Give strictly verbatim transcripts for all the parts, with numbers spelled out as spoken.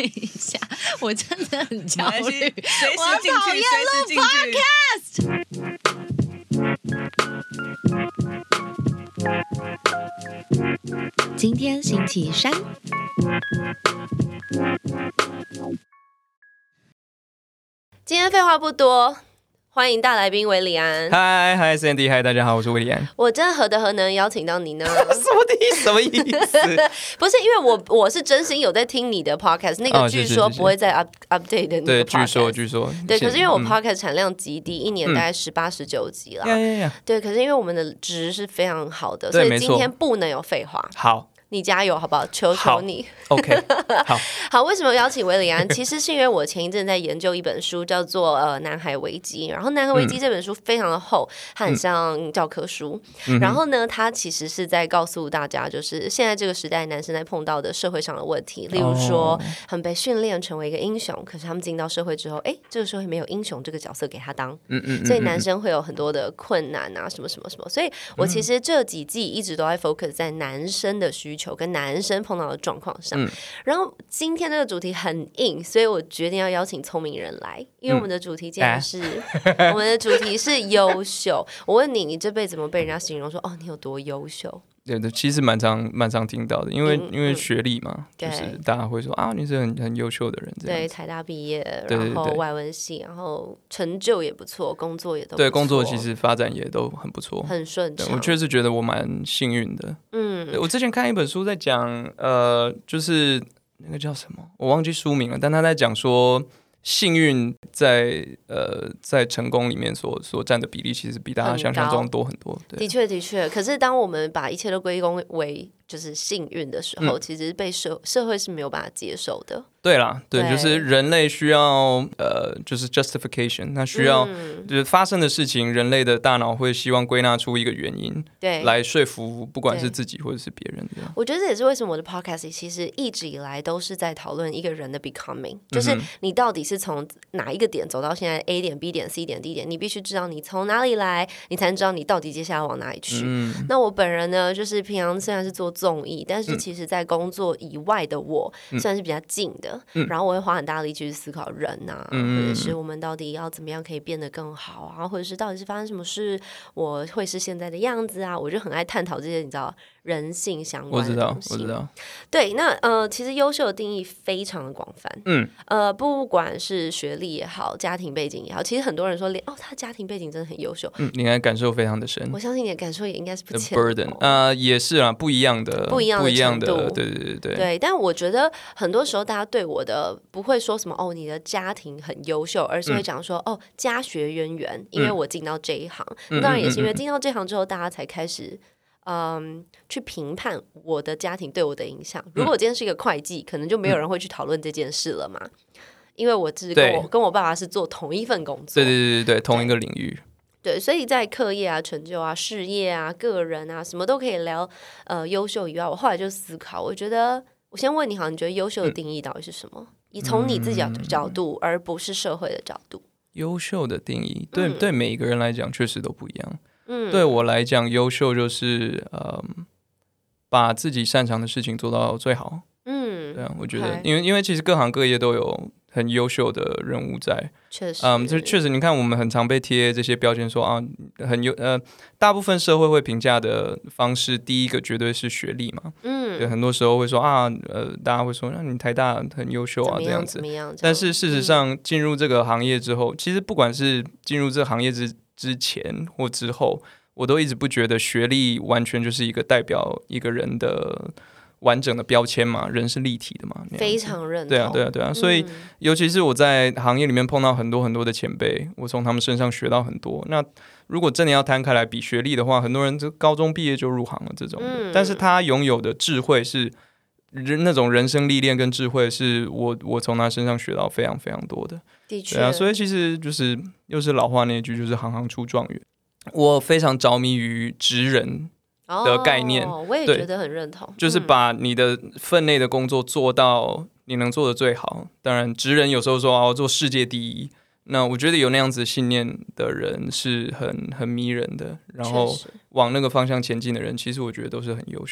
一下，我真的很焦虑， 随时进去， 我讨厌录 podcast。今天星期三， 今天废话不多，欢迎大来宾韦礼安。 嗨嗨 Sandy， 嗨，大家好，我是韦礼安。 我真的何德何能邀请到你呢？ 什么意思？什么意思？ 不是因为我我是真心有在听你的 podcast， 那个据说不会再 up update 的那个 podcast。 对，据说据说。 对，可是因为我 podcast 产量极低，一年大概十八十九集啦。对，可是因为我们的值是非常好的，所以今天不能有废话。 好。 你加油好不好？求求你。 OK， 好。 好，为什么邀请韦礼安？其实是因为我前一阵在研究一本书，叫做《呃南海危机》。然后《南海危机》这本书非常的厚，它很像教科书。嗯、然后呢，它其实是在告诉大家，就是现在这个时代男生在碰到的社会上的问题，例如说，他们被训练成为一个英雄，可是他们进到社会之后，哎，这个社会没有英雄这个角色给他当，嗯嗯，所以男生会有很多的困难啊，什么什么什么。所以我其实这几季一直都在 focus 在男生的需求跟男生碰到的状况上，嗯、然后今天这个主题很硬，所以我决定要邀请聪明人来，因为我们的主题竟然是、嗯、我们的主题是优秀。我问你，你这辈子怎么被人家形容说哦你有多优秀？ 对对，其实蛮常蛮常听到的，因为、嗯、因为学历嘛，就是大家会说啊你是很很优秀的人， 对，台大毕业，然后外文系，然后成就也不错，工作也都不错，对， 工作其实发展也都很不错， 很顺畅。 我确实觉得我蛮幸运的。嗯，我之前看一本书在讲，呃，就是那个叫什么，我忘记书名了，但他在讲说。幸运在呃在成功里面所所占的比例，其实比大家想象中多很多。 的确的确，可是当我们把一切都归功为就是幸运的时候，嗯、其实被社社会是没有办法接受的。 对啦，对，对就是人类需要呃，就是 justification， 那需要、嗯、就是发生的事情，人类的大脑会希望归纳出一个原因，对，来说服不管是自己或者是别人这样。 我觉得这也是为什么我的 podcast 其实一直以来都是在讨论一个人的 becoming， 就是你到底是从哪一个点走到现在 A 点 B 点 C 点 D 点，你必须知道你从哪里来，你才能知道你到底接下来往哪里去。嗯、那我本人呢，就是平常虽然是做综艺，但是其实在工作以外的我，嗯、算是比较近的。嗯、然后我会花很大的力气去思考人啊，嗯、或者是我们到底要怎么样可以变得更好啊，或者是到底是发生什么事，我会是现在的样子啊，我就很爱探讨这些，你知道人性相关的东西。 我知道，我知道。 对，那呃，其实优秀的定义非常的广泛。嗯，呃，不管是学历也好，家庭背景也好，其实很多人说，哦，他家庭背景真的很优秀。 嗯，你应该感受非常的深。 我相信你的感受也应该是不浅。 The burden， 呃，也是啊，不一样的， 不一样的程度。 对对对对。 对，但我觉得很多时候大家对我的不会说什么哦，你的家庭很优秀，而是会讲说、嗯、哦，家学渊源，因为我进到这一行。嗯、当然也是因为进到这行之后，大家才开始。嗯，去评判我的家庭对我的影响。如果我今天是一个会计，可能就没有人会去讨论这件事了嘛，因为我是跟我跟我爸爸是做同一份工作， 对对对对，同一个领域。 对，所以在课业啊、成就啊、事业啊、个人啊，什么都可以聊。呃，优秀以外，我后来就思考，我觉得我先问你好，你觉得优秀的定义到底是什么？以、嗯、从你自己的角度，而不是社会的角度。 优秀的定义，对、嗯、对，每一个人来讲确实都不一样。嗯、对我来讲，优秀就是呃，把自己擅长的事情做到最好。嗯，对啊，我觉得，因为因为其实各行各业都有很优秀的人物在， 确实， 嗯，这确实，你看我们很常被贴这些标签说啊，很优呃，大部分社会会评价的方式，第一个绝对是学历嘛，嗯，对，很多时候会说啊，呃，大家会说，那、啊、你台大很优秀啊，这样子，但是事实上进入这个行业之后，嗯、其实不管是进入这个行业之之前或之后，我都一直不觉得学历完全就是一个代表一个人的完整的标签嘛，人是立体的嘛， 非常认同。 对啊，对啊，对啊。嗯、所以，尤其是我在行业里面碰到很多很多的前辈，我从他们身上学到很多。那如果真的要摊开来比学历的话，很多人就高中毕业就入行了这种的，嗯、但是他拥有的智慧是那种人生历练跟智慧，是我我从他身上学到非常非常多的。 的确， 对啊，所以其实就是又是老话那一句，就是行行出状元。我非常着迷于职人的概念， 哦、我也觉得很认同， 就是把你的分内的工作做到你能做的最好。当然，职人有时候说哦，做世界第一，那我觉得有那样子信念的人是很很迷人的，然后往那个方向前进的人，其实我觉得都是很优秀的。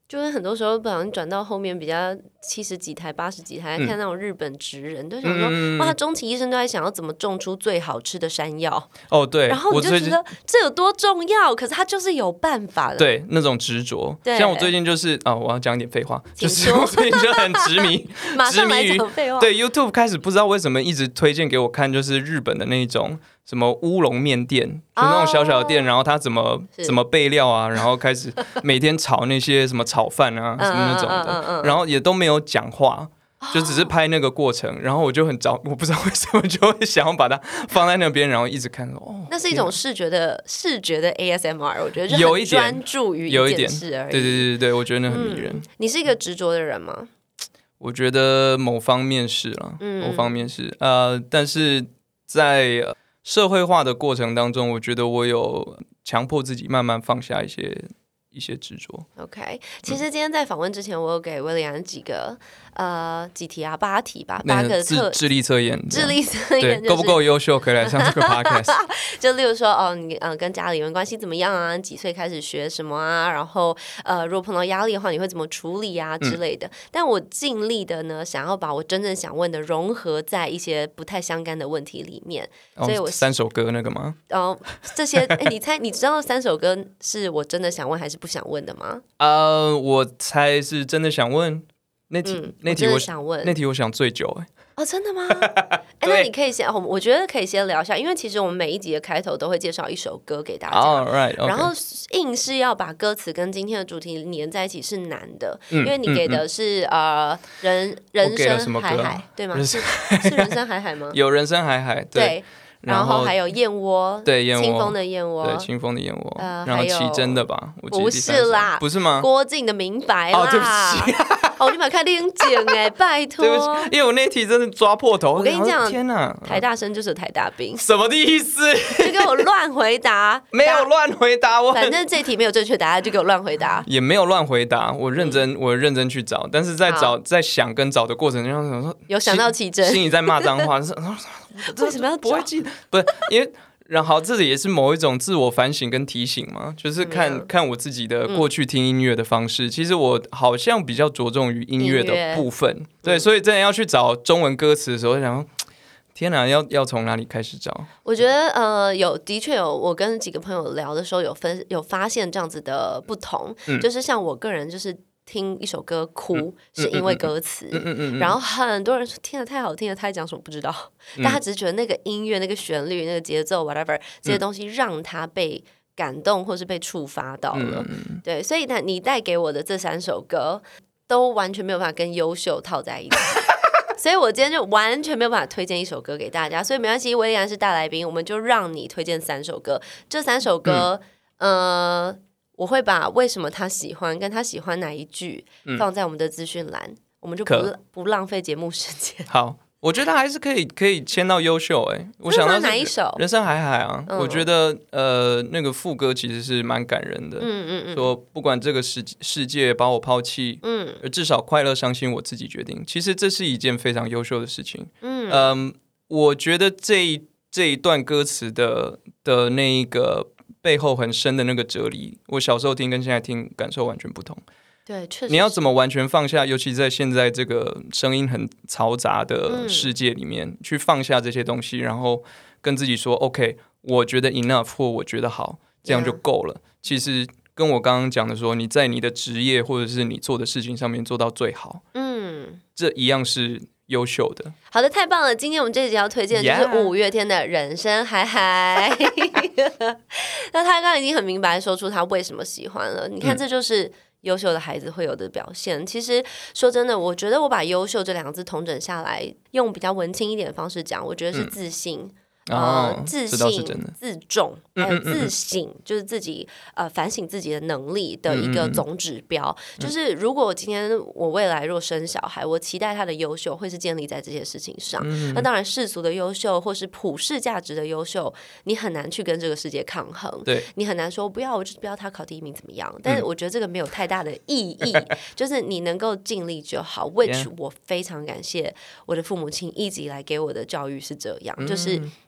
就是很多时候不小心转到后面比较七十几台、八十几台，嗯、看那种日本职人，都想说、嗯、哇，终其一生都在想要怎么种出最好吃的山药。 哦，对， 然后你就觉得这有多重要，可是他就是有办法的。 对，那种执着。像我最近就是啊、哦，我要讲一点废话，就是我最近就很执迷， 马上来讲废话。 对 YouTube 开始不知道为什么一直推荐给我看，就是日本的那种。什么乌龙面店，就那种小小的店， oh, 然后他怎么怎么备料啊，然后开始每天炒那些什么炒饭啊什么那种的，然后也都没有讲话，就只是拍那个过程，然后我就很着，我不知道为什么就会想要把它放在那边，然后一直看。哦， 那是一种视觉的视觉的 A S M R， 我觉得就很专注于一件事而已。 对对对对，我觉得那很迷人。 嗯、你是一个执着的人吗？ 我觉得某方面是了，嗯、某方面是呃，但是在。呃社会化的过程当中，我觉得我有强迫自己慢慢放下一些一些执着。 OK， 其实今天在访问之前，我有给威廉安几个呃几题啊，八题吧，八个测智力测验， 智力测验、就是、 够不够优秀可以来上这个 podcast。 就例如说，哦，你呃跟家里人关系怎么样啊？几岁开始学什么啊？然后呃，如果碰到压力的话，你会怎么处理啊之类的。嗯、但我尽力的呢，想要把我真正想问的融合在一些不太相干的问题里面。 哦、 所以我三首歌那个吗？ 哦，这些，哎，你猜，你知道三首歌是我真的想问还是不想问的吗？ 呃，我猜是真的想问。那题、嗯、那题我想问， 那题我想最久哎。 哦，真的吗？哎，那你可以先，我觉得可以先聊一下，因为其实我们每一集的开头都会介绍一首歌给大家， oh, right, okay. 然后硬是要把歌词跟今天的主题连在一起是难的，嗯、因为你给的是、嗯嗯、呃人人生海海，啊、对吗？是是人生海海吗？ 有人生海海，对。 对，然后还有燕窝， 对，燕窝， 清风的燕窝， 对，清风的燕窝， 呃、 然后奇珍的吧？我不是啦， 不是吗？ 郭靖的明白啦， 哦，对不起。 哦，你把看电影哎，拜托！ 对不起，因为我那题真的抓破头。 我跟你讲， 天哪， 台大生就是台大兵， 什么的意思？ 就给我乱回答， 没有乱回答我。 反正这题没有正确答案，就给我乱回答。 也没有乱回答，我认真，嗯、我认真去找，但是在找、在想跟找的过程中，想说有想到奇珍， 心里在骂脏话，是为什么要不会记得？不是因为。然后这也是某一种自我反省跟提醒嘛，就是看、嗯、看我自己的过去听音乐的方式、嗯、其实我好像比较着重于音乐的部分，对、嗯、所以真的要去找中文歌词的时候想说天哪，要要从哪里开始找？ 我觉得呃，有的确有，我跟几个朋友聊的时候有分有发现这样子的不同、嗯、就是像我个人就是听一首歌哭、嗯、是因为歌词、嗯嗯嗯嗯、然后很多人说听得太好听了，他在讲什么不知道、嗯、但他只是觉得那个音乐那个旋律那个节奏 whatever 这些东西让他被感动或是被触发到了、嗯、对，所以你带给我的这三首歌都完全没有办法跟优秀套在一起所以我今天就完全没有办法推荐一首歌给大家，所以没关系，威廉是大来宾，我们就让你推荐三首歌。这三首歌、嗯、呃我会把为什么他喜欢跟他喜欢哪一句放在我们的资讯栏、嗯、我们就 不, 不浪费节目时间。 好，我觉得还是可以可以签到优秀哎、欸。我想到哪一首？ 人生海海啊、嗯，我觉得呃那个副歌其实是蛮感人的。嗯嗯嗯。说不管这个世世界把我抛弃，嗯，而至少快乐伤心我自己决定。其实这是一件非常优秀的事情。嗯嗯，我觉得这一这一段歌词的的那一个。背后很深的那个哲理，我小时候听跟现在听感受完全不同。 对，确实。 你要怎么完全放下？尤其在现在这个声音很嘈杂的世界里面、嗯，去放下这些东西，然后跟自己说 ：“OK， 我觉得 enough， 或我觉得好，这样就够了。Yeah. ”其实跟我刚刚讲的说，你在你的职业或者是你做的事情上面做到最好，嗯，这一样是优秀的。 好的，太棒了！今天我们这一集要推荐的就是五月天的《人生海海》。那他刚刚已经很明白说出他为什么喜欢了。你看，这就是优秀的孩子会有的表现。嗯、其实说真的，我觉得我把优秀这两个字统整下来，用比较文青一点的方式讲，我觉得是自信。嗯呃、 哦， 自信、自重，还有自省，嗯嗯嗯就是自己呃反省自己的能力的一个总指标。嗯嗯就是如果今天我未来若生小孩，我期待他的优秀会是建立在这些事情上。嗯、那当然，世俗的优秀或是普世价值的优秀，你很难去跟这个世界抗衡。 对， 你很难说不要，我就是不要他考第一名怎么样？但是我觉得这个没有太大的意义，嗯、就是你能够尽力就好。which 我非常感谢我的父母亲一直以来给我的教育是这样，嗯、就是。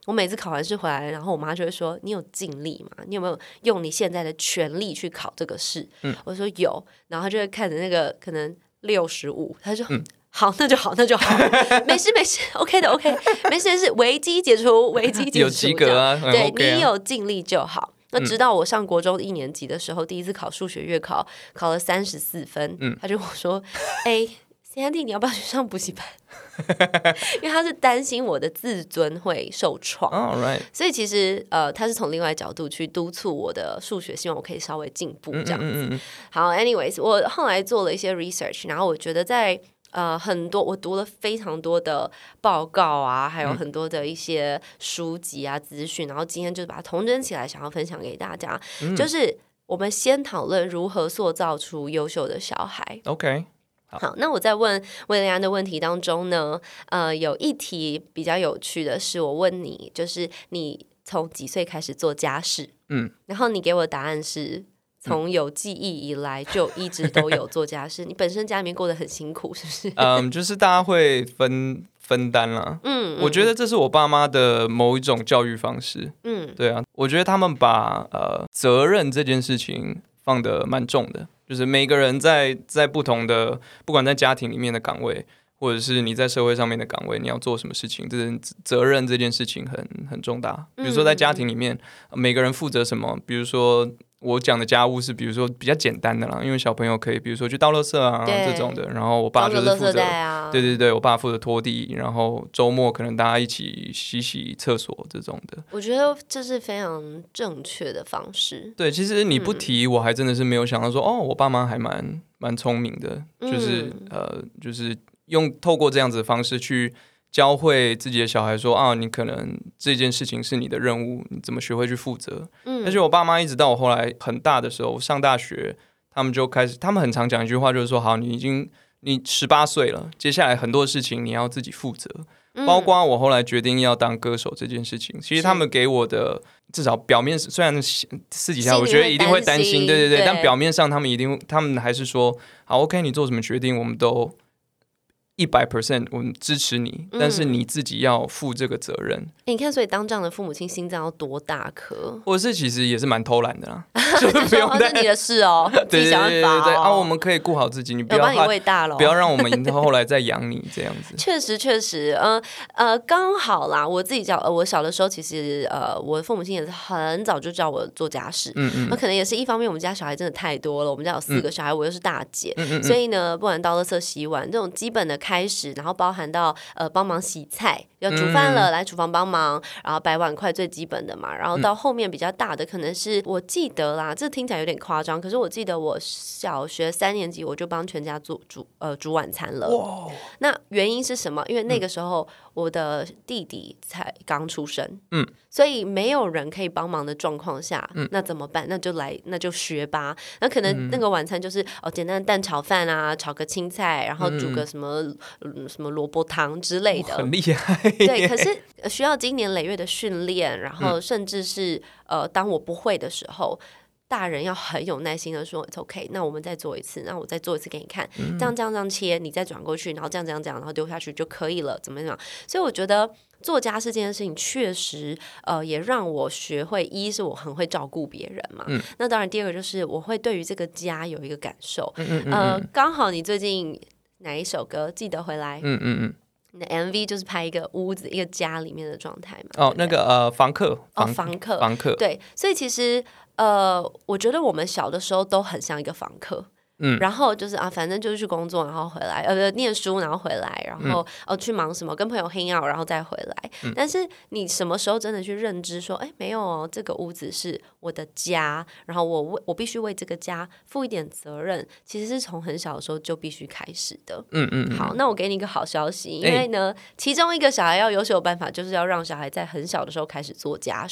我每次考完试回来，然后我妈就会说：“你有尽力吗？你有没有用你现在的全力去考这个试？”嗯、我说有，然后她就会看着那个可能六十五，她就。嗯好，那就好，那就好，没事没事 ，OK 的 OK， 没事没事，危机解除，危机解除， 有及格啊， 对、 OK 啊、 你有尽力就好。那直到我上国中一年级的时候，嗯、第一次考数学月考，考了三十四分，嗯、他就跟我说：“哎、欸，贤弟，你要不要去上补习班？”因为他是担心我的自尊会受创， oh, right. 所以其实呃，他是从另外角度去督促我的数学，希望我可以稍微进步这样子。嗯嗯嗯嗯好 ，anyways， 我后来做了一些 research， 然后我觉得在。呃，很多我读了非常多的报告啊，还有很多的一些书籍啊、资讯，然后今天就把它统整起来，想要分享给大家。嗯、就是我们先讨论如何塑造出优秀的小孩。 OK， 好，好，那我在问威廉安的问题当中呢，呃，有一题比较有趣的是，我问你，就是你从几岁开始做家事？嗯，然后你给我的答案是。从有记忆以来就一直都有做家事，你本身家里面过得很辛苦，是不是？ 嗯，就是大家会分分担啦。嗯，我觉得这是我爸妈的某一种教育方式。嗯，对啊，我觉得他们把呃责任这件事情放得蛮重的，就是每个人在在不同的，不管在家庭里面的岗位，或者是你在社会上面的岗位，你要做什么事情，这责任这件事情很很重大。比如说在家庭里面，嗯、每个人负责什么，比如说。我讲的家务是比如说比较简单的啦，因为小朋友可以比如说去倒垃圾啊这种的，然后我爸就是负责、啊、对对对，我爸负责拖地，然后周末可能大家一起洗洗厕所这种的。 我觉得这是非常正确的方式。 对，其实你不提、嗯、我还真的是没有想到说哦，我爸妈还蛮蛮聪明的，就是、嗯、呃就是用透过这样子的方式去教会自己的小孩说啊，你可能这件事情是你的任务，你怎么学会去负责。嗯，而且我爸妈一直到我后来很大的时候，上大学，他们就开始，他们很常讲一句话，就是说，好，你已经你十八岁了，接下来很多事情你要自己负责。嗯、包括我后来决定要当歌手这件事情，其实他们给我的至少表面虽然私底下我觉得一定会担心，对对对，对但表面上他们一定他们还是说，好 ，OK， 你做什么决定，我们都。一百 percent 我们支持你，但是你自己要负这个责任。 嗯欸、你看，所以当这样的父母亲心脏要多大颗？ 或者是其实也是蛮偷懒的啦，就是不用这是你的事哦，自己想办法、哦。 对对对对啊，我们可以顾好自己，你不要把你喂大了， 不要让我们后来再养你这样子。 确实确实，呃呃，刚好啦。我自己小，我小的时候其实呃，我的父母亲也是很早就叫我做家事。嗯嗯。那可能也是一方面，我们家小孩真的太多了，我们家有四个小孩，嗯、我又是大姐，嗯嗯嗯所以呢，不管倒垃圾、洗碗这种基本的开始，然后包含到呃帮忙洗菜，要煮饭了、嗯、来厨房帮忙，然后摆碗筷最基本的嘛，然后到后面比较大的可能是我记得啦，这听起来有点夸张，可是我记得我小学三年级我就帮全家做煮呃煮晚餐了。哇！那原因是什么？因为那个时候我的弟弟才刚出生，嗯，所以没有人可以帮忙的状况下，嗯，那怎么办？那就来那就学吧。那可能那个晚餐就是、嗯、哦简单的蛋炒饭啊，炒个青菜，然后煮个什么、嗯、什么萝卜汤之类的， 很厉害。 对，可是需要经年累月的训练，然后甚至是、嗯、呃，当我不会的时候。大人要很有耐心的说 It's OK， 那我们再做一次，那我再做一次给你看，嗯、这样这样这样切，你再转过去，然后这样这样这样，然后丢下去就可以了，怎么样？所以我觉得做家事这件事情确实，呃，也让我学会，一是我很会照顾别人嘛，嗯、那当然第二个就是我会对于这个家有一个感受，嗯嗯嗯呃，刚好你最近哪一首歌记得回来？嗯嗯嗯。你的 M V 就是拍一个屋子、一个家里面的状态嘛？ 哦，那个呃，房客， 房哦，房客， 房客， 对，所以其实呃，我觉得我们小的时候都很像一个房客。嗯，然后就是啊，反正就是去工作，然后回来，呃，念书，然后回来，然后、嗯、哦去忙什么，跟朋友 hang out，然后再回来。嗯、但是你什么时候真的去认知说，哎，没有哦，这个屋子是我的家，然后我为我必须为这个家负一点责任，其实是从很小的时候就必须开始的。嗯嗯嗯。好，那我给你一个好消息，因为呢，欸、其中一个小孩要优秀的办法，就是要让小孩在很小的时候开始做家事。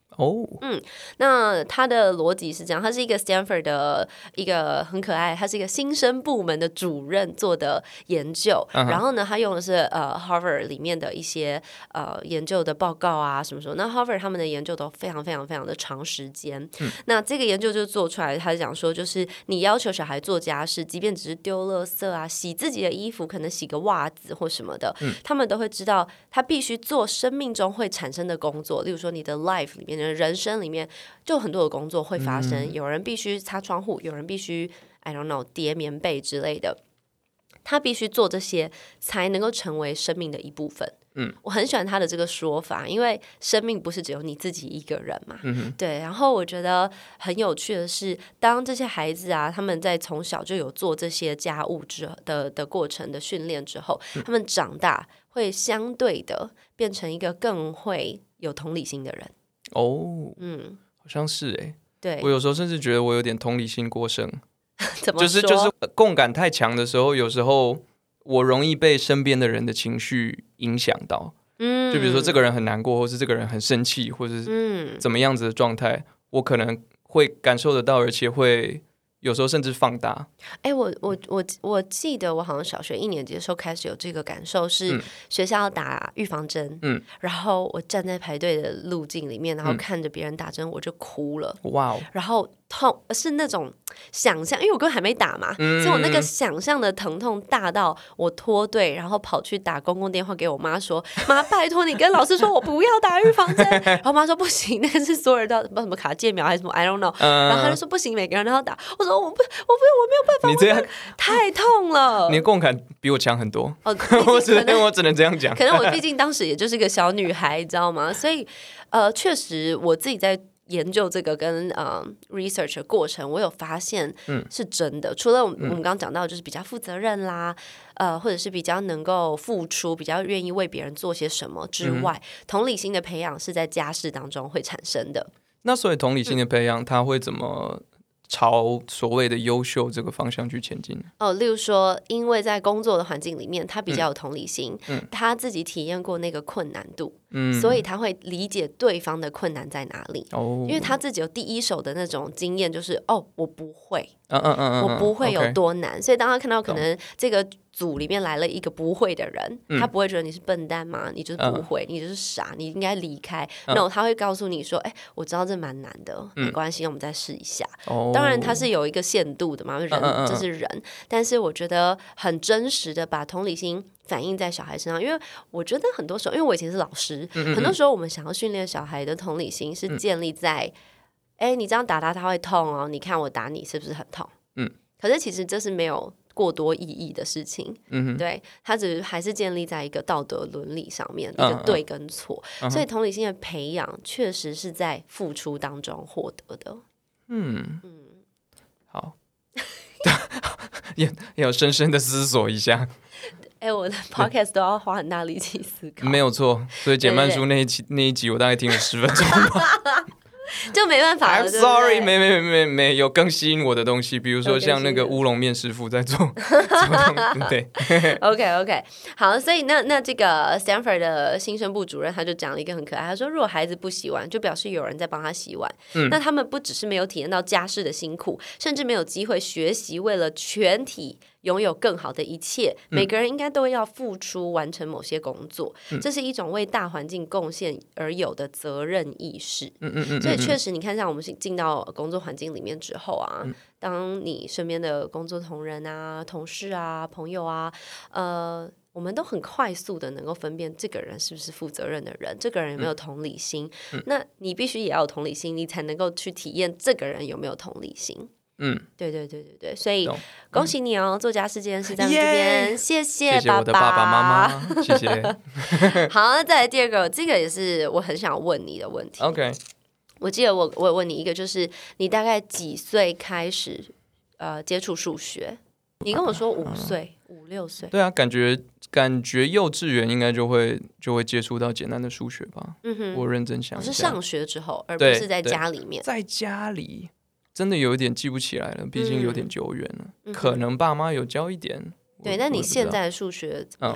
哦， 嗯，那他的逻辑是这样，他是一个 Stanford 的一个很可爱，他是一个新生部门的主任做的研究，uh-huh. 然后呢，他用的是呃 Harvard 里面的一些呃研究的报告啊什么什么，那 Harvard 他们的研究都非常非常非常的长时间，嗯、那这个研究就做出来，他讲说就是你要求小孩做家事，即便只是丢垃圾啊、洗自己的衣服，可能洗个袜子或什么的，嗯、他们都会知道他必须做生命中会产生的工作，例如说你的 life 里面的人生里面就很多的工作会发生、嗯、有人必须擦窗户，有人必须 I don't know 叠棉被之类的，他必须做这些才能够成为生命的一部分。嗯，我很喜欢他的这个说法，因为生命不是只有你自己一个人嘛。嗯，对。然后我觉得很有趣的是，当这些孩子啊，他们在从小就有做这些家务之的的过程的训练之后、嗯，他们长大会相对的变成一个更会有同理心的人。 哦，嗯，好像是哎、欸。 对， 我有时候甚至觉得我有点同理心过剩。 怎么说？ 就是就是共感太强的时候，有时候我容易被身边的人的情绪影响到。嗯，就比如说这个人很难过，或是这个人很生气，或者是怎么样子的状态、嗯，我可能会感受得到，而且会有时候甚至放大。 哎、欸，我我我我记得我好像小学一年级的时候开始有这个感受，是学校要打预防针，嗯，然后我站在排队的路径里面，然后看着别人打针，我就哭了。哇哦！然后痛是那种想象，因为我根本还没打嘛、嗯，所以我那个想象的疼痛大到我脱队，然后跑去打公共电话给我妈说：“妈，拜托你跟老师说我不要打预防针。”然后妈说：“不行，那个是所有人都要什么卡介苗还是什么 I don't know。嗯”然后他就说：“不行，每个人都要打。”我说：“我不，我不，我没有办法。” 你这样太痛了， 你的共感比我强很多。哦，我只能我只能这样讲。 可能我毕竟当时也就是个小女孩，你知道吗？所以呃，确实我自己在研究这个跟呃 research 的过程，我有发现是真的。嗯、除了我们刚刚讲到，就是比较负责任啦，呃，或者是比较能够付出，比较愿意为别人做些什么之外，嗯、同理心的培养是在家事当中会产生的。 那所以同理心的培养，它会怎么朝所谓的优秀这个方向去前进？ 哦，例如说，因为在工作的环境里面，他比较有同理心，嗯、他自己体验过那个困难度，嗯、所以他会理解对方的困难在哪里。哦，因为他自己有第一手的那种经验，就是哦，我不会，嗯嗯嗯，我不会有多难。Okay. 所以当他看到可能这个组里面来了一个不会的人，嗯、他不会觉得你是笨蛋吗？你就是不会，嗯、你就是傻，你应该离开。那、嗯 no, 他会告诉你说：“哎、欸，我知道这蛮难的，没关係，嗯、我们再试一下。哦”当然，他是有一个限度的嘛，人嗯嗯嗯这是人。但是我觉得很真实的把同理心反映在小孩身上，因为我觉得很多时候，因为我以前是老师，嗯嗯嗯很多时候我们想要训练小孩的同理心是建立在，哎、嗯欸，你这样打他他会痛哦，你看我打你是不是很痛？嗯，可是其实这是没有过多意义的事情，嗯，对，它只还是建立在一个道德伦理上面，一个对跟错，嗯、所以同理心的培养确实是在付出当中获得的。嗯嗯， 好，也要深深的思索一下。 哎、欸，我的 podcast 都要花很大力气思考， 没有错。所以简曼书那一集那一集我大概听了十分钟吧。 就没办法了 I'm sorry， 没没没没有更吸引我的东西，比如说像那个乌龙面师傅在做做对 OK OK 好，所以那那这个 Stanford 的新生部主任他就讲了一个很可爱，他说如果孩子不洗碗，就表示有人在帮他洗碗，嗯、那他们不只是没有体验到家事的辛苦，甚至没有机会学习为了全体拥有更好的一切，每个人应该都要付出完成某些工作，嗯、这是一种为大环境贡献而有的责任意识。嗯嗯嗯，所以确实你看像我们进到工作环境里面之后啊，嗯、当你身边的工作同仁啊、同事啊、朋友啊，呃我们都很快速的能够分辨这个人是不是负责任的人，这个人有没有同理心，嗯、那你必须也要有同理心，你才能够去体验这个人有没有同理心。嗯，对对对对对，所以恭喜你哦，嗯、做家事这件事在我们这边， yeah! 谢谢爸爸， 谢谢我的爸爸妈妈，谢谢。 好，那再来第二个，这个也是我很想问你的问题。 OK， 我记得我我有问你一个，就是你大概几岁开始呃接触数学？你跟我说五岁、五六岁。 对啊，感觉感觉幼稚园应该就会就会接触到简单的数学吧。嗯哼，我认真想一下， 我是上学之后，而不是在家里面。 在家里。真的有一点记不起来了，毕竟有点久远了，嗯、可能爸妈有教一点。 对，那你现在的数学怎么样？嗯、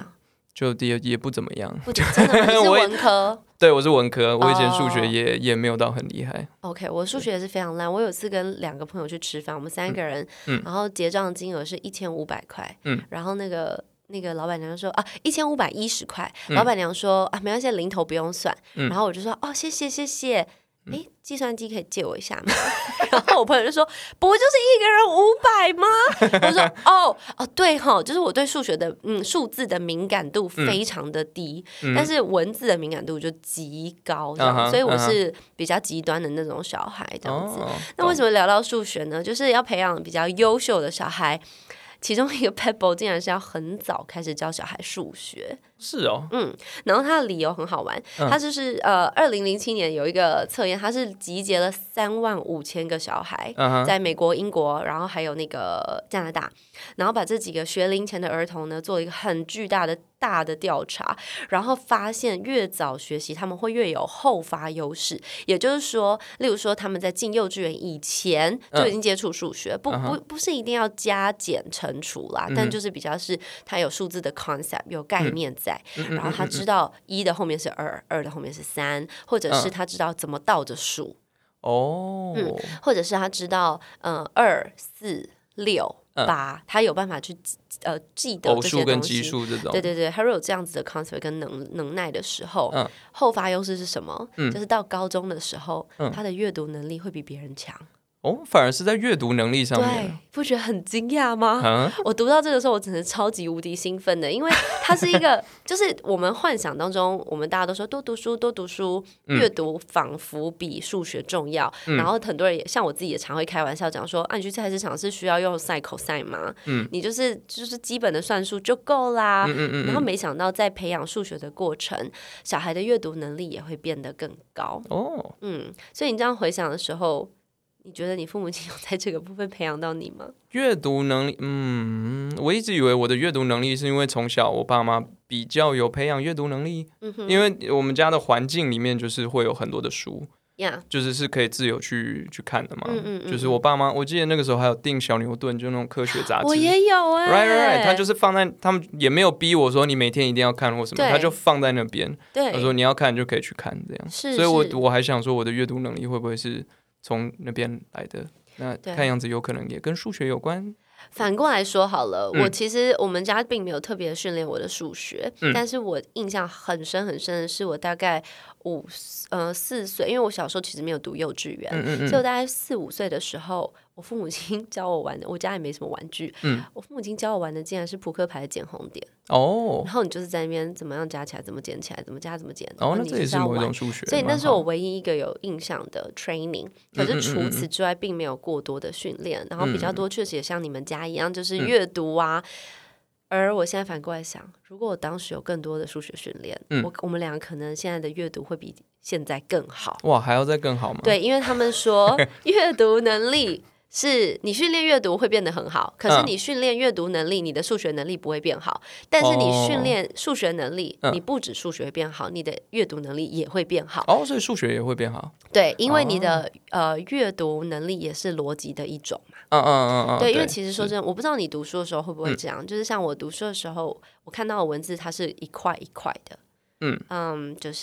就也也不怎么样。 不真的，你是文科？ 对，我是文科，我以前数学也、oh. 也没有到很厉害。 OK， 我数学也是非常烂。我有次跟两个朋友去吃饭，我们三个人，嗯、然后结账金额是一千五百块，嗯，然后那个。那个老板娘说啊，一千五百一十块。老板娘说啊，没关系，零头不用算。嗯、然后我就说哦，谢谢谢谢。哎，计算机可以借我一下吗？然后我朋友就说，不就是一个人五百吗？我说哦哦，对哈，就是我对数学的嗯数字的敏感度非常的低，嗯、但是文字的敏感度就极高，这样， uh-huh, 所以我是比较极端的那种小孩这样子。Uh-huh. 那为什么聊到数学呢？就是要培养比较优秀的小孩。其中一个 pebble 竟然是要很早开始教小孩数学， 是哦， 嗯，然后他的理由很好玩，嗯、他就是呃，二零零七年有一个测验，他是集结了三万五千个小孩，嗯、在美国、英国，然后还有那个加拿大，然后把这几个学龄前的儿童呢，做了一个很巨大的大的调查，然后发现越早学习，他们会越有后发优势，也就是说，例如说他们在进幼稚园以前就已经接触数学，嗯、不不不是一定要加减乘除啦，嗯、但就是比较是他有数字的 concept 有概念在。嗯、然后他知道一的后面是二，二的后面是三，或者是他知道怎么倒着数哦，嗯，或者是他知道呃二四六八，他有办法去呃记得这些东西，偶数跟奇数这种，对对对，他如果有这样子的 concept 跟能能耐的时候，嗯、后发优势是什么？嗯、就是到高中的时候，嗯、他的阅读能力会比别人强。 哦，反而是在阅读能力上面， 对，不觉得很惊讶吗？啊、我读到这个时候，我真的超级无敌兴奋的，因为它是一个，就是我们幻想当中，我们大家都说多读书，多读书，阅读仿佛比数学重要。嗯、然后很多人也像我自己也常会开玩笑讲说，啊，你去菜市场是需要用 sin cos 吗？嗯，你就是就是基本的算术就够啦。嗯嗯嗯然后没想到在培养数学的过程，小孩的阅读能力也会变得更高。哦，嗯，所以你这样回想的时候。你觉得你父母亲有在这个部分培养到你吗？ 阅读能力，嗯，我一直以为我的阅读能力是因为从小我爸妈比较有培养阅读能力，嗯、因为我们家的环境里面就是会有很多的书， yeah. 就是是可以自由去去看的嘛。嗯嗯嗯就是我爸妈，我记得那个时候还有订小牛顿，就那种科学杂志， 我也有哎、 欸、，right right， 他就是放在，他们也没有逼我说你每天一定要看或什么，他就放在那边，他说你要看就可以去看这样， 是所以我我还想说我的阅读能力会不会是从那边来的？那看样子有可能也跟数学有关。 反过来说好了，嗯、我其实我们家并没有特别训练我的数学，嗯、但是我印象很深很深的是，我大概五呃四岁，因为我小时候其实没有读幼稚园，嗯嗯嗯所以我大概四五岁的时候，我父母亲教我玩的，我家也没什么玩具，嗯、我父母亲教我玩的竟然是扑克牌的捡红点哦，然后你就是在那边怎么样加起来，怎么捡起来，怎么加怎么捡， 哦，那这也是某一种数学， 所以那是我唯一一个有印象的 training。可是除此之外，并没有过多的训练，然后比较多确实也像你们家一样，就是阅读啊。嗯、而我现在反过来想，如果我当时有更多的数学训练，嗯、我我们俩可能现在的阅读会比现在更好。 哇，还要再更好吗？ 对，因为他们说阅读能力。是你训练阅读会变得很好，可是你训练阅读能力，你的数学能力不会变好。但是你训练数学能力，哦、你不止数学会变好，你的阅读能力也会变好。 哦，所以数学也会变好。 对，因为你的、哦、呃阅读能力也是逻辑的一种嘛。嗯嗯嗯嗯。对，因为其实说真的，我不知道你读书的时候会不会这样，嗯、就是像我读书的时候，我看到的文字它是一块一块的。嗯嗯，就是。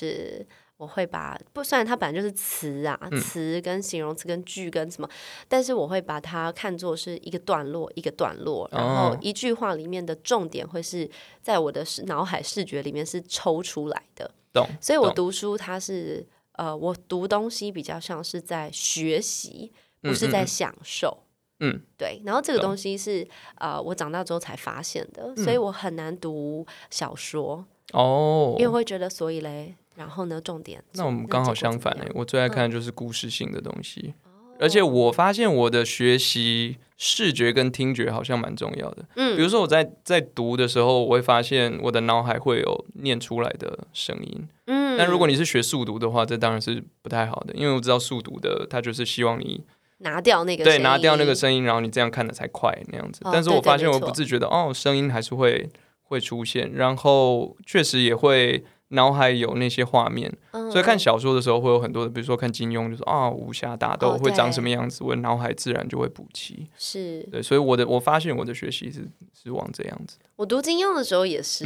我会把不，虽然它本来就是词啊，嗯、词跟形容词跟句跟什么，但是我会把它看作是一个段落一个段落，然后一句话里面的重点会是在我的脑海视觉里面是抽出来的。 懂。 所以我读书它是呃，我读东西比较像是在学习，不是在享受。嗯，嗯对。然后这个东西是呃，我长大之后才发现的，所以我很难读小说哦，因为会觉得所以嘞。然后呢？重点那我们刚好相反哎、欸，我最爱看的就是故事性的东西，嗯、而且我发现我的学习视觉跟听觉好像蛮重要的。嗯，比如说我在在读的时候，我会发现我的脑海会有念出来的声音。嗯，但如果你是学速读的话，这当然是不太好的，因为我知道速读的它就是希望你拿掉那个声音， 对，拿掉那个声音，然后你这样看的才快那样子。哦、但是我发现我不自觉的哦，声音还是会会出现，然后确实也会。脑海有那些画面，嗯、所以看小说的时候会有很多的，比如说看金庸，就说啊武侠打斗会长什么样子，哦、我的脑海自然就会补齐。 是， 对，所以我的我发现我的学习是是往这样子。 我读金庸的时候也是，嗯、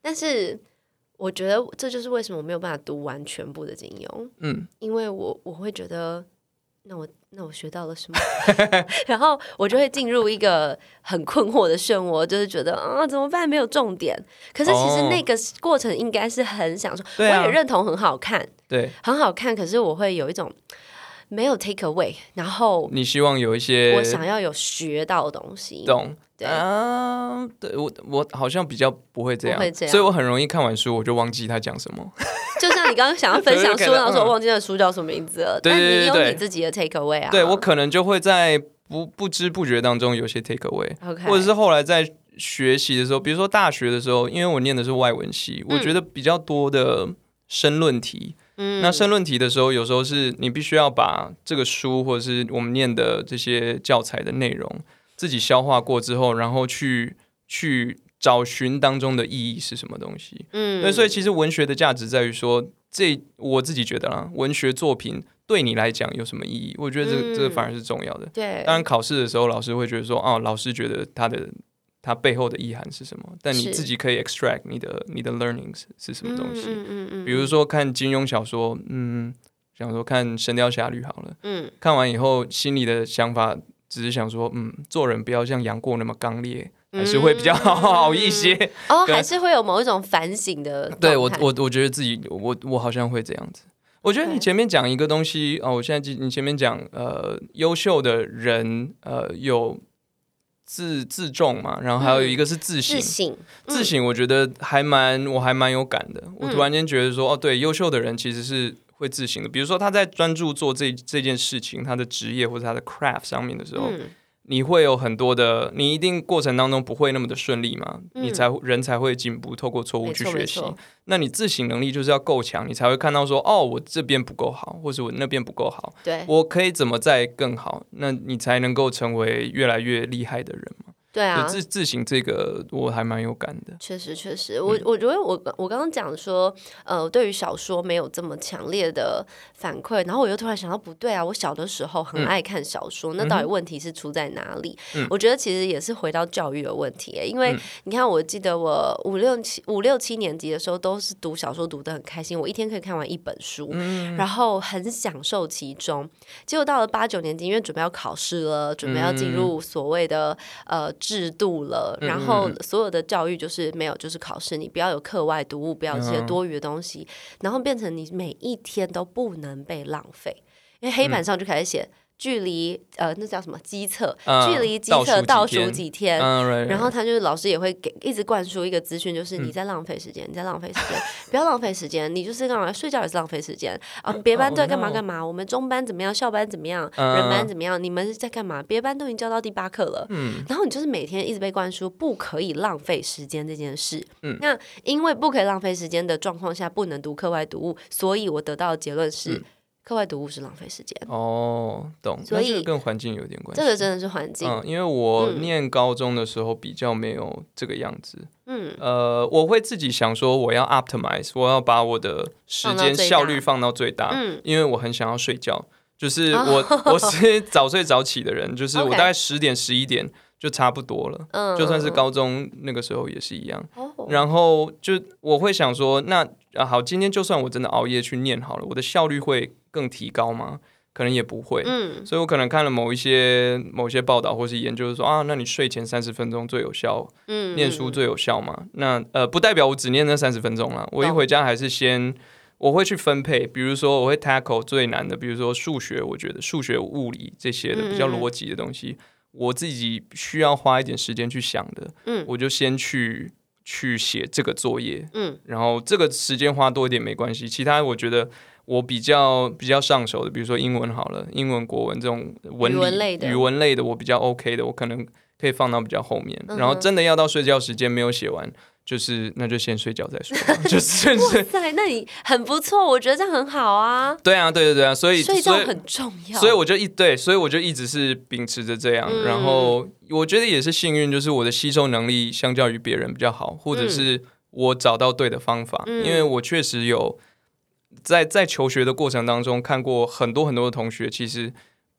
但是我觉得这就是为什么我没有办法读完全部的金庸，嗯，因为我我会觉得，那我那我学到了什么？然后我就会进入一个很困惑的漩涡，就是觉得啊怎么办？没有重点。可是其实那个过程应该是很享受，哦啊、我也认同很好看， 对， 很好看。可是我会有一种没有 take away， 然后你希望有一些我想要有学到的东西， 懂。 对啊，对我我好像比较不会这样， 不会这样， 所以我很容易看完书我就忘记他讲什么。 就像你刚刚想要分享书，然后说我忘记那书叫什么名字了， 对对对对， 但你有你自己的 take away 啊。 对，我可能就会在不不知不觉当中有些 take away，okay. 或者是后来在学习的时候，比如说大学的时候，因为我念的是外文系，嗯、我觉得比较多的申论题。嗯、那申论题的时候，有时候是你必须要把这个书或者是我们念的这些教材的内容自己消化过之后，然后去去找寻当中的意义是什么东西。嗯，对，所以其实文学的价值在于说，这我自己觉得啦，文学作品对你来讲有什么意义？我觉得这个、嗯、这个反而是重要的。对，当然考试的时候，老师会觉得说，哦，老师觉得他的他背后的意涵是什么，但你自己可以 extract 你的你的 learnings 是什么东西。嗯嗯嗯、比如说看金庸小说，嗯，想说看《神雕侠侣》好了，嗯，看完以后心里的想法只是想说，嗯，做人不要像杨过那么刚烈。还是会比较好一些、 嗯、哦，还是会有某一种反省的。 对我，我我觉得自己，我我好像会这样子。我觉得你前面讲一个东西哦，我现在记你前面讲呃，优秀的人呃有自自重嘛，然后还有一个是自省，嗯、自省，自省，我觉得还蛮我还蛮有感的。嗯、我突然间觉得说，哦，对，优秀的人其实是会自省的。比如说他在专注做这这件事情，他的职业或者他的 craft 上面的时候。嗯，你会有很多的，你一定过程当中不会那么的顺利嘛，嗯、你才人才会进步，透过错误去学习。那你自省能力就是要够强，你才会看到说，哦，我这边不够好，或是我那边不够好，对，我可以怎么再更好？那你才能够成为越来越厉害的人嘛。对啊，自自省这个我还蛮有感的。 确实，确实，我我觉得我我刚刚讲说，呃，对于小说没有这么强烈的反馈，然后我又突然想到，不对啊，我小的时候很爱看小说，嗯、那到底问题是出在哪里？嗯、我觉得其实也是回到教育的问题，因为你看，我记得我五六七五六七年级的时候都是读小说读得很开心，我一天可以看完一本书，嗯、然后很享受其中。结果到了八九年级，因为准备要考试了，准备要进入所谓的呃。制度了，然后所有的教育就是没有，就是考试，你不要有课外读物，不要有这些多余的东西，然后变成你每一天都不能被浪费，因为黑板上就开始写。距离呃，那叫什么基测？嗯、距离基测倒数几天，嗯、right, right. 然后他就是老师也会给一直灌输一个资讯，就是你在浪费时间，嗯、你在浪费时间，不要浪费时间，你就是干嘛睡觉也是浪费时间啊！别班在干嘛干嘛？ Oh, no. 我们中班怎么样？校班怎么样？嗯、人班怎么样？你们在干嘛？别班都已经教到第八课了，嗯、然后你就是每天一直被灌输不可以浪费时间这件事。嗯、那因为不可以浪费时间的状况下，不能读课外读物，所以我得到的结论是。嗯课外读物是浪费时间哦，懂。所以这个跟环境有点关系。 这个真的是环境， 嗯，因为我念高中的时候比较没有这个样子。嗯，呃，我会自己想说我要 optimize， 我要把我的时间效率放到最大，嗯，因为我很想要睡觉。就是我、哦、我是早睡早起的人，就是我大概十点十一点就差不多了，嗯，就算是高中那个时候也是一样。哦、然后就我会想说，那、啊、好，今天就算我真的熬夜去念好了，我的效率会更提高吗？可能也不会，嗯，所以我可能看了某一些某一些报道或是研究说啊，那你睡前三十分钟最有效，嗯，念书最有效嘛？那呃，不代表我只念那三十分钟啦，我一回家还是先我会去分配，比如说我会 tackle 最难的，比如说数学，我觉得数学、物理这些的比较逻辑的东西，嗯、我自己需要花一点时间去想的，嗯，我就先去去写这个作业，嗯，然后这个时间花多一点没关系，其他我觉得。我比较比较上手的，比如说英文好了，英文、国文这种文理、语文类的，语文类的我比较 OK 的，我可能可以放到比较后面。嗯、然后真的要到睡觉时间没有写完，就是那就先睡觉再说。就是哇塞，那你很不错，我觉得这样很好啊。 对啊，对对对啊，所以睡觉很重要。 所以我就一对，所以我就一直是秉持着这样。嗯、然后我觉得也是幸运，就是我的吸收能力相较于别人比较好，或者是我找到对的方法，嗯、因为我确实有。在在求学的过程当中，看过很多很多的同学，其实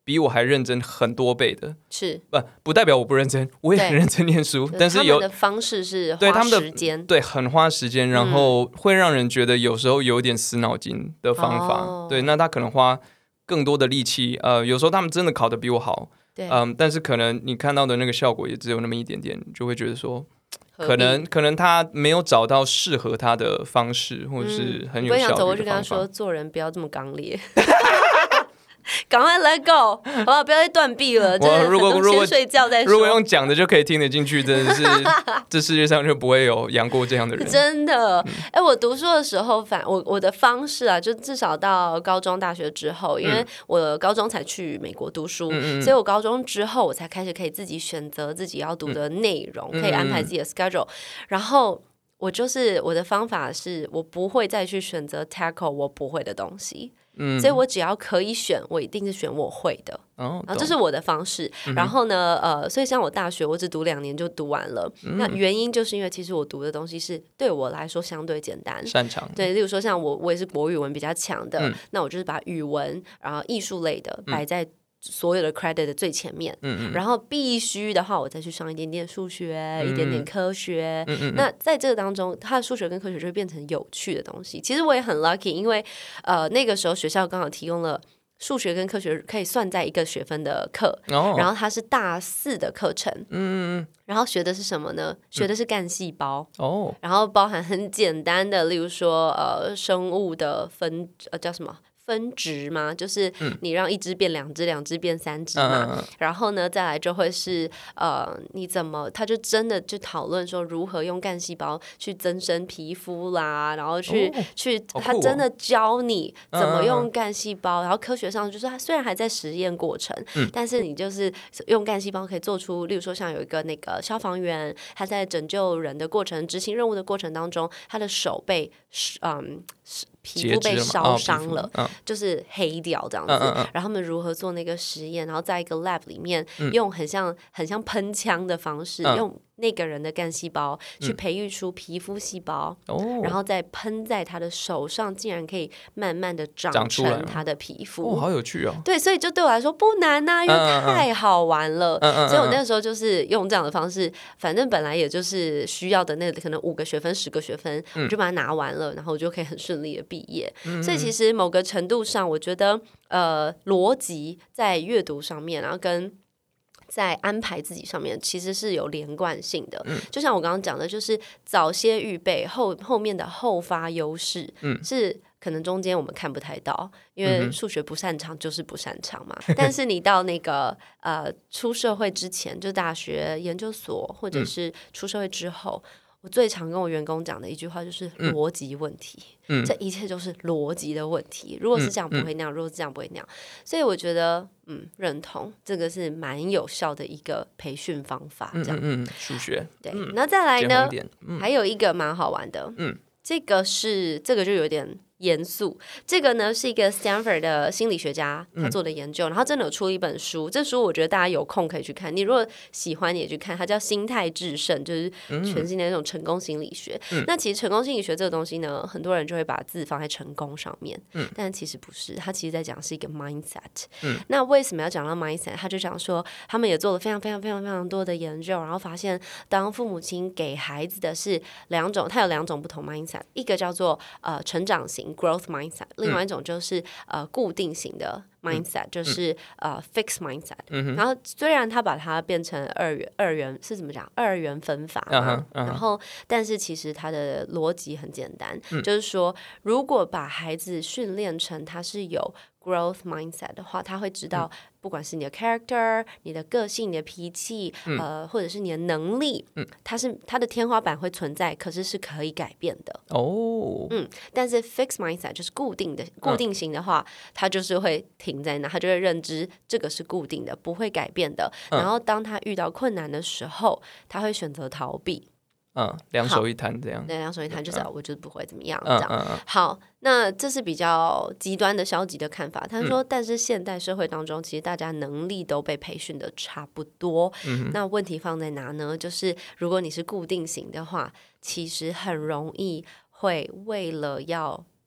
比我还认真很多倍的， 是不不代表我不认真，我也很认真念书，但是有他们的方式是对花时间， 对，很花时间，然后会让人觉得有时候有点死脑筋的方法，哦、对，那他可能花更多的力气，呃，有时候他们真的考得比我好， 对， 嗯，但是可能你看到的那个效果也只有那么一点点，就会觉得说。可能可能他没有找到适合他的方式，或者是很有效率的方法。我也想走过去跟他说，做人不要这么刚烈。赶快 let go， 好不好？不要再断臂了。 如果如果睡觉再说。 如果用讲的就可以听得进去，真的是这世界上就不会有杨过这样的人。 真的，哎、嗯欸，我读书的时候，反我我的方式啊，就至少到高中、大学之后，因为我高中才去美国读书，嗯、所以我高中之后我才开始可以自己选择自己要读的内容，嗯、可以安排自己的 schedule，、嗯、然后。我就是我的方法是我不会再去选择 tackle 我不会的东西，嗯，所以我只要可以选，我一定是选我会的，哦，然后这是我的方式。嗯、然后呢，呃，所以像我大学我只读两年就读完了，嗯、那原因就是因为其实我读的东西是对我来说相对简单、 擅长。 对，例如说像我，我也是国语文比较强的，嗯、那我就是把语文然后艺术类的摆在。所有的 credit 的最前面，嗯嗯然后必须的话，我再去上一点点数学，嗯、一点点科学。嗯嗯那在这个当中，它的数学跟科学就会变成有趣的东西。其实我也很 lucky， 因为呃那个时候学校刚好提供了数学跟科学可以算在一个学分的课，哦、然后它是大四的课程。嗯嗯然后学的是什么呢？学的是干细胞。哦。然后包含很简单的，例如说呃生物的分呃叫什么？分值嘛，就是你让一只变两只，两只变三只嘛。嗯、然后呢，再来就会是呃，你怎么，他就真的就讨论说如何用干细胞去增生皮肤啦，然后去、哦、去，他真的教你怎么用干细胞。嗯、然后科学上就是他虽然还在实验过程，嗯、但是你就是用干细胞可以做出，例如说像有一个那个消防员，他在拯救人的过程、执行任务的过程当中，他的手被嗯。皮肤被烧伤了、哦嗯、就是黑掉这样子、嗯嗯嗯、然后他们如何做那个实验，然后在一个 lab 里面、嗯、用很像很像喷枪的方式、嗯、用那个人的干细胞去培育出皮肤细胞、嗯、然后再喷在他的手上，竟然可以慢慢的长成他的皮肤。 哦，好有趣哦。 对，所以就对我来说不难啊，因为太好玩了、嗯嗯嗯、所以我那个时候就是用这样的方式，反正本来也就是需要的那可能五个学分十个学分、嗯、我就把它拿完了，然后我就可以很顺利的毕业。嗯、所以其实某个程度上我觉得呃逻辑在阅读上面，然后跟在安排自己上面其实是有连贯性的、嗯、就像我刚刚讲的，就是早些预备后后面的后发优势、嗯、是可能中间我们看不太到，因为数学不擅长就是不擅长嘛、嗯、但是你到那个呃出社会之前，就大学研究所或者是出社会之后、嗯我最常跟我员工讲的一句话就是逻辑问题、嗯、这一切都是逻辑的问题，如果是这样不会那样、嗯、如果是这样不会那样，所以我觉得嗯认同这个是蛮有效的一个培训方法这样。 嗯嗯数学对、 嗯、 那再来呢、嗯、还有一个蛮好玩的，嗯这个是这个就有点严肃，这个呢是一个 Stanford 的心理学家他做的研究、嗯、然后真的有出一本书，这书我觉得大家有空可以去看，你如果喜欢你也去看，它叫心态致胜，就是全新的那种成功心理学、嗯、那其实成功心理学这个东西呢，很多人就会把字放在成功上面、嗯、但其实不是，它其实在讲是一个 mindset、嗯、那为什么要讲到 mindset， 他就讲说他们也做了非常非常非常非常多的研究，然后发现当父母亲给孩子的是两种，它有两种不同 mindset， 一个叫做呃成长型growth mindset， 另外一种就是、嗯、呃固定型的 mindset、嗯、就是、嗯、呃 fixed mindset、嗯、然后虽然他把它变成二元二元是怎么讲二元分法嘛、uh-huh, uh-huh. 然后但是其实它的逻辑很简单、嗯、就是说如果把孩子训练成他是有growth mindset 的话，他会知道不管是你的 character 你的个性你的脾气、嗯、呃，或者是你的能力、嗯、它是它的天花板会存在，可是是可以改变的哦。嗯，但是 fixed mindset 就是固定的固定型的话、嗯、它就是会停在那，他就会认知这个是固定的不会改变的、嗯、然后当他遇到困难的时候他会选择逃避。 嗯，两手一摊这样。 对，两手一摊就是、嗯、我就是不会怎么样、嗯、这样、嗯嗯、好，那这是比较极端的消极的看法。他说、嗯、但是现代社会当中其实大家能力都被培训的差不多、嗯、那问题放在哪呢？就是如果你是固定型的话，其实很容易会为了要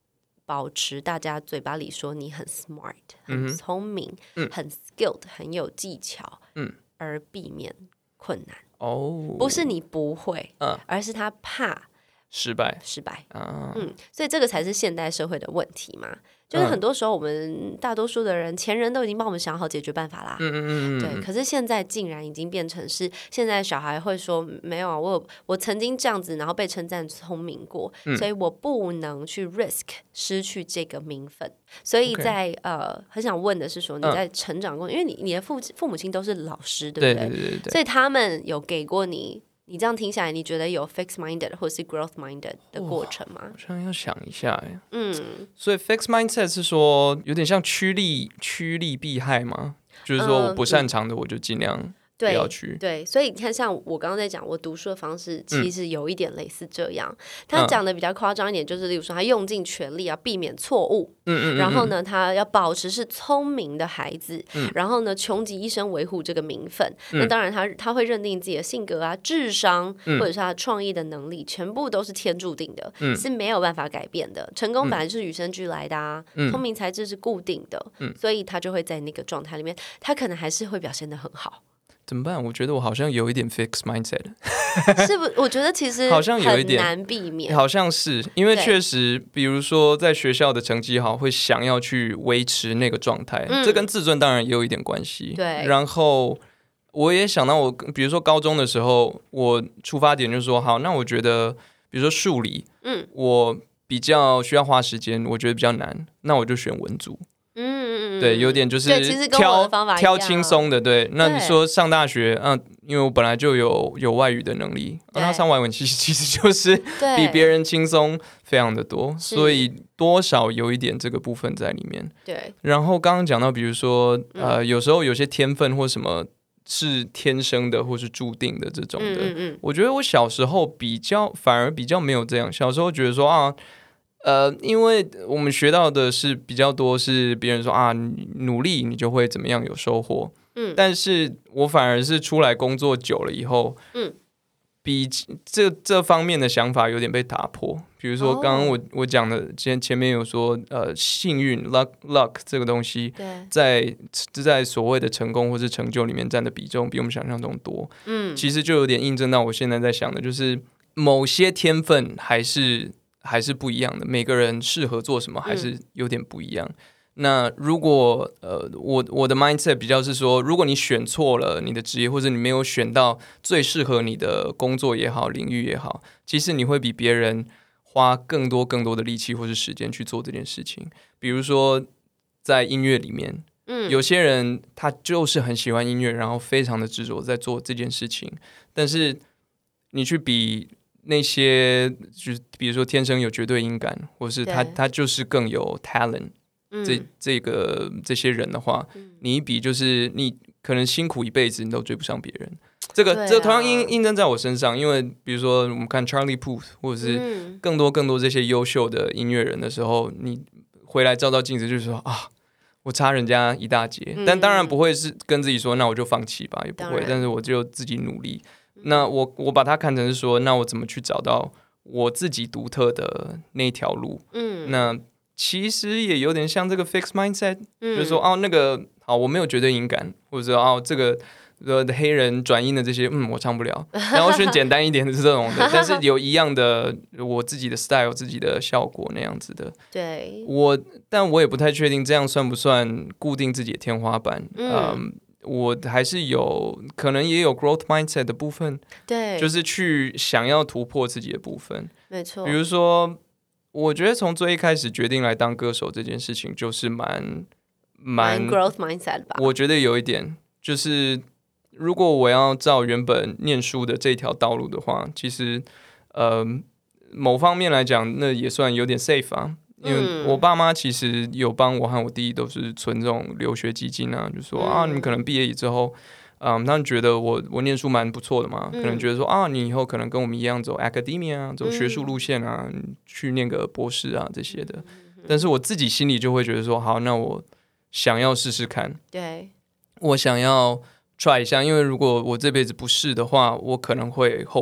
保持大家嘴巴里说你很 smart 很聪明、嗯、很 skilled 很有技巧、嗯、而避免困难、哦、不是你不会、嗯、而是他怕失败失败、啊嗯、所以这个才是现代社会的问题嘛，就是很多时候我们大多数的人前人都已经帮我们想好解决办法啦，嗯嗯嗯对，可是现在竟然已经变成是现在小孩会说没有啊，我有我曾经这样子然后被称赞聪明过、嗯、所以我不能去 risk 失去这个名分，所以在、okay. 呃很想问的是说你在成长过程、嗯、因为你你的父父母亲都是老师对不对？ 对对对对， 所以他们有给过你你这样听下来你觉得有 fixed minded 或是 growth minded 的过程吗？ 好像要想一下耶，嗯，所以 fixed mindset 是说有点像趋利趋利避害吗？就是说我不擅长的我就尽量不要去、 对, 对，所以你看像我刚刚在讲我读书的方式其实有一点类似这样、嗯、他讲的比较夸张一点，就是例如说他用尽全力要避免错误，嗯嗯嗯嗯，然后呢他要保持是聪明的孩子、嗯、然后呢穷极一生维护这个名分、嗯、那当然他他会认定自己的性格啊智商、嗯、或者是他创意的能力全部都是天注定的、嗯、是没有办法改变的，成功本来就是与生俱来的啊、嗯、聪明才智是固定的、嗯、所以他就会在那个状态里面他可能还是会表现得很好。 怎么办？我觉得我好像有一点 fixed mindset 是不？我觉得其实好像有一点很难避免， 好像是因为确实比如说在学校的成绩好会想要去维持那个状态、嗯、这跟自尊当然也有一点关系， 对。 然后我也想到我比如说高中的时候我出发点就是说好，那我觉得比如说数理、嗯、我比较需要花时间，我觉得比较难，那我就选文组，嗯，对，有点就是挑挑轻松的，对。那你说上大学，嗯、啊，因为我本来就有有外语的能力，那、啊、上外文其实其实就是比别人轻松非常的多，所以多少有一点这个部分在里面。 对。 然后刚刚讲到，比如说呃，有时候有些天分或什么是天生的或是注定的这种的，嗯嗯嗯，我觉得我小时候比较反而比较没有这样，小时候觉得说啊。呃，因为我们学到的是比较多是别人说啊，你努力你就会怎么样有收获，嗯，但是我反而是出来工作久了以后，嗯，比这这方面的想法有点被打破。比如说刚刚我、哦、我讲的前前面有说，呃，幸运 luck luck 这个东西，在在所谓的成功或是成就里面占的比重比我们想象中多，嗯，其实就有点印证到我现在在想的，就是某些天分还是。还是不一样的，每个人适合做什么还是有点不一样、嗯、那如果呃，我我的 mindset 比较是说，如果你选错了你的职业，或者你没有选到最适合你的工作也好领域也好，其实你会比别人花更多更多的力气或是时间去做这件事情。比如说在音乐里面、嗯、有些人他就是很喜欢音乐，然后非常的执着在做这件事情，但是你去比那些就是比如说天生有绝对音感，或是他他就是更有 talent、嗯、这这个这些人的话、嗯、你一比就是你可能辛苦一辈子你都追不上别人。这个、啊、这个同样印印证在我身上，因为比如说我们看 Charlie Puth 或者是更多更多这些优秀的音乐人的时候，你回来照照镜子就是说啊，我差人家一大截、嗯、但当然不会是跟自己说那我就放弃吧，也不会，但是我就自己努力。那我我把它看成是说，那我怎么去找到我自己独特的那条路？嗯，那其实也有点像这个 fixed mindset，、嗯、就是说哦，那个好，我没有绝对音感，或者说哦，这个呃黑人转音的这些，嗯，我唱不了，然后选简单一点的是这种的，但是有一样的我自己的 style， 自己的效果那样子的。 对， 我但我也不太确定这样算不算固定自己的天花板。嗯。嗯，我还是有可能也有 growth mindset 的部分， 对， 就是去想要突破自己的部分， 没错。 比如说，我觉得从最一开始决定来当歌手这件事情，就是蛮蛮 growth mindset 吧。 我觉得有一点，就是如果我要照原本念书的这条道路的话，其实呃某方面来讲，那也算有点 safe 啊。因为我爸妈其实有帮我和我弟都是存这种留学基金啊，就说、嗯、啊，你们可能毕业之后，嗯，他们觉得我我念书蛮不错的嘛、嗯，可能觉得说啊，你以后可能跟我们一样走 academia 啊，走学术路线啊、嗯，去念个博士啊这些的。但是我自己心里就会觉得说，好，那我想要试试看， 对， 我想要 try 一下，因为如果我这辈子不试的话，我可能会后悔。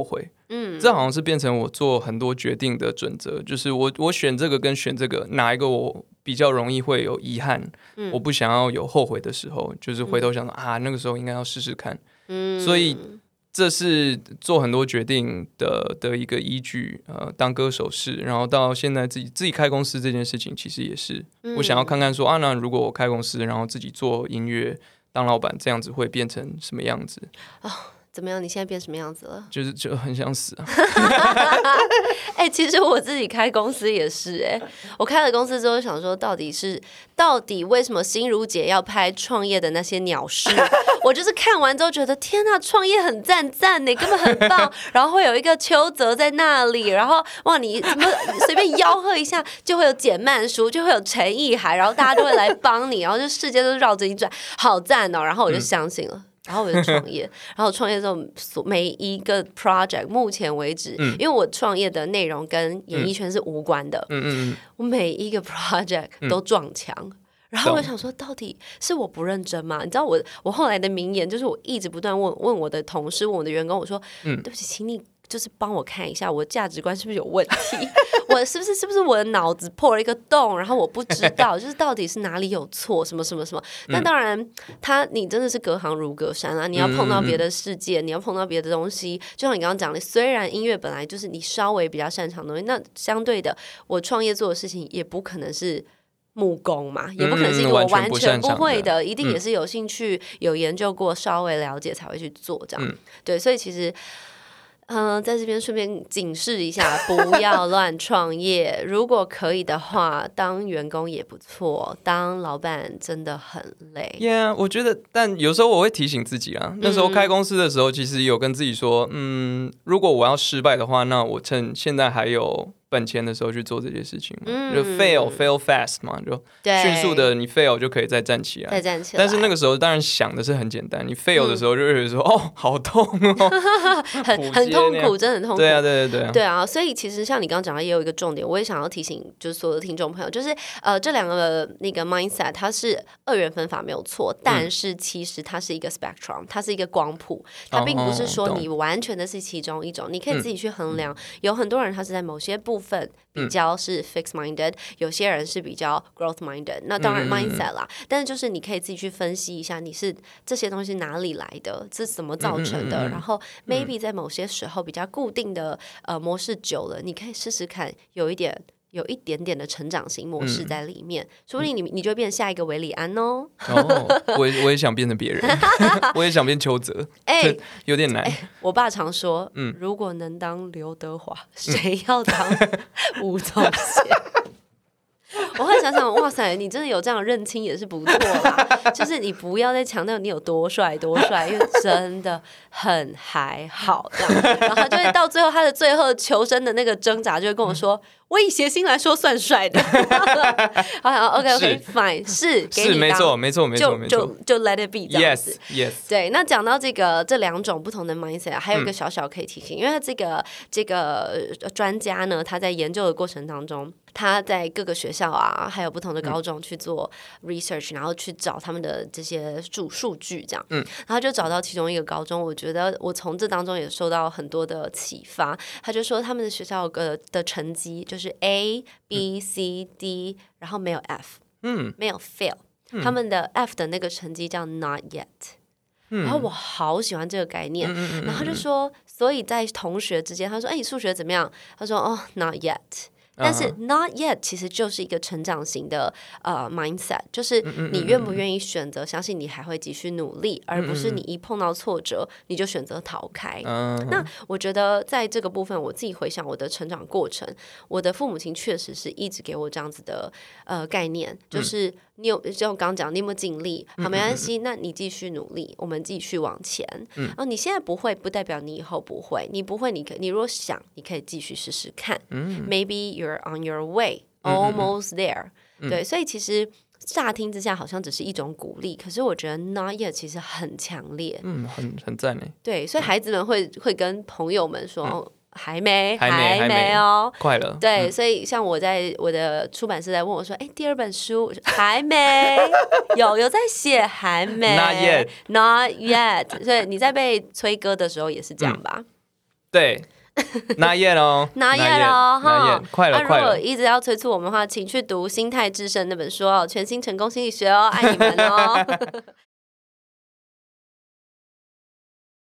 嗯，这好像是变成我做很多决定的准则，就是我我选这个跟选这个哪一个我比较容易会有遗憾，嗯、我不想要有后悔的时候，就是回头想说、嗯、啊，那个时候应该要试试看。嗯，所以这是做很多决定的的一个依据。呃，当歌手是，然后到现在自己自己开公司这件事情，其实也是、嗯、我想要看看说啊，那如果我开公司，然后自己做音乐当老板，这样子会变成什么样子？ 哦，怎么样？你现在变什么样子了？ 就是就很想死啊！ 哎、欸，其实我自己开公司也是哎、欸，我开了公司之后想说，到底是到底为什么心如姐要拍创业的那些鸟事？我就是看完之后觉得天哪，创业很赞赞呢，根本很棒。然后会有一个邱泽在那里，然后哇，你怎么随便吆喝一下，就会有简曼书，就会有陈意涵，然后大家都会来帮你，然后就世界都绕着你转，好赞哦！然后我就相信了。嗯，然后我就创业，然后创业之后每一个 project 目前为止、嗯、因为我创业的内容跟演艺圈是无关的、嗯嗯嗯、我每一个 project 都撞墙、嗯、然后我想说到底是我不认真吗？你知道我我后来的名言就是我一直不断问问我的同事问我的员工，我说、嗯、对不起请你就是帮我看一下我价值观是不是有问题我是不是是不是我的脑子破了一个洞，然后我不知道就是到底是哪里有错什么什么什么。那当然他你真的是隔行如隔山啊，你要碰到别的世界、嗯、你要碰到别的东西，就像你刚刚讲的，虽然音乐本来就是你稍微比较擅长的东西，那相对的我创业做的事情也不可能是木工嘛，也不可能是一个我完全不会的、嗯、一定也是有兴趣、嗯、有研究过稍微了解才会去做这样、嗯、对，所以其实嗯、呃，在这边顺便警示一下，不要乱创业。如果可以的话，当员工也不错，当老板真的很累。 Yeah， 我觉得，但有时候我会提醒自己啊。那时候开公司的时候，其实有跟自己说，嗯，如果我要失败的话，那我趁现在还有本钱的时候去做这些事情嘛、嗯、就 fail fail fast 嘛，就迅速的你 fail 就可以再站起来， 再站起来。 但是那个时候当然想的是很简单，你 fail 的时候就会说、嗯、哦好痛哦很很痛苦，真的很痛苦。 对啊对对对啊对啊，所以其实像你刚刚讲的也有一个重点，我也想要提醒就是所有的听众朋友，就是呃这两个那个 mindset 它是二元分法没有错，但是其实它是一个 spectrum， 它是一个光谱，它并不是说你完全的是其中一种、哦、你可以自己去衡量、嗯、有很多人他是在某些部分比较是 fixed minded、嗯、有些人是比较 growth minded， 那当然 mindset 啦、嗯、但是就是你可以自己去分析一下你是这些东西哪里来的，这是怎么造成的、嗯、然后 maybe 在某些时候比较固定的、呃、模式久了，你可以试试看有一点有一点点的成长型模式在里面、嗯、说不定 你, 你就会变成下一个韦礼安哦。 哦我, 也我也想变成别人我也想变邱泽，欸、有点难、欸、 我爸常说、嗯、如果能当刘德华谁要当吴宗宪我会想想哇塞你真的有这样认清也是不错啦就是你不要再强调你有多帅多帅，因为真的很还好这样然后他就会到最后他的最后求生的那个挣扎就会跟我说、嗯、我以谐星来说算帅的好好 OK OK fine 是给你当是没错没错没错没错就就 let it be 这样子 yes, yes 对。那讲到这个这两种不同的 mindset 还有一个小小可以提醒、嗯、因为这个这个专家呢他在研究的过程当中他在各个学校啊还有不同的高中去做 research、嗯、然后去找他们的这些数数据这样、嗯、然后就找到其中一个高中，我觉得我从这当中也受到很多的启发。他就说他们的学校的的成绩就是 A B C D、嗯、然后没有 F、嗯、没有 fail、嗯、他们的 F 的那个成绩叫 not yet、嗯、然后我好喜欢这个概念、嗯、然后他就说所以在同学之间他说哎，你数学怎么样？他说哦 not yet，但是 not yet 其实就是一个成长型的、呃、mindset， 就是你愿不愿意选择相信你还会继续努力、嗯、而不是你一碰到挫折你就选择逃开、嗯、那我觉得在这个部分我自己回想我的成长过程，我的父母亲确实是一直给我这样子的、呃、概念，就是你有就我刚刚讲你有没有尽力，好没关系、嗯、那你继续努力，我们继续往前、嗯、然后你现在不会不代表你以后不会，你不会你可你如果想你可以继续试试看、嗯、maybe you're on your way almost there、嗯、对，所以其实乍听之下好像只是一种鼓励，可是我觉得 not yet 其实很强烈， 嗯，很很赞耶。 对，所以孩子们会会跟朋友们说、嗯还没还没还没哦， 快了。 对、嗯、所以像我在我的出版社在问我说哎，第二本书还没有有在写还没 Not yet Not yet 所以你在被催歌的时候也是这样吧、嗯、 对拿耶喽， 拿耶喽哈！ 快了，快了！ 如果一直要催促我们的话，请去读《心态制胜》那本书哦，全新成功心理学哦，爱你们哦。